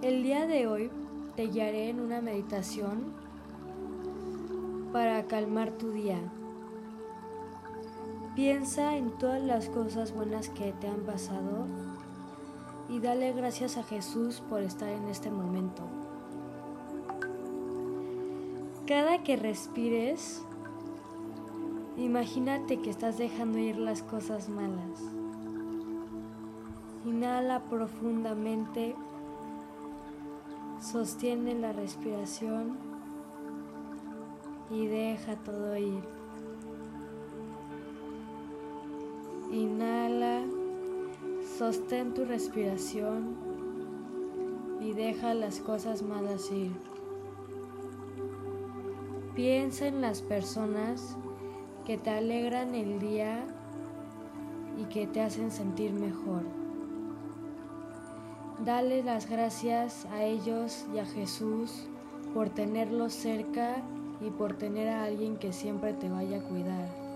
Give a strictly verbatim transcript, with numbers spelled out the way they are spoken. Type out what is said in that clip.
El día de hoy te guiaré en una meditación para calmar tu día. Piensa en todas las cosas buenas que te han pasado y dale gracias a Jesús por estar en este momento. Cada que respires, imagínate que estás dejando ir las cosas malas. Inhala profundamente, sostiene la respiración y deja todo ir. Inhala, sostén tu respiración y deja las cosas malas ir. Piensa en las personas que te alegran el día y que te hacen sentir mejor. Dale las gracias a ellos y a Jesús por tenerlos cerca y por tener a alguien que siempre te vaya a cuidar.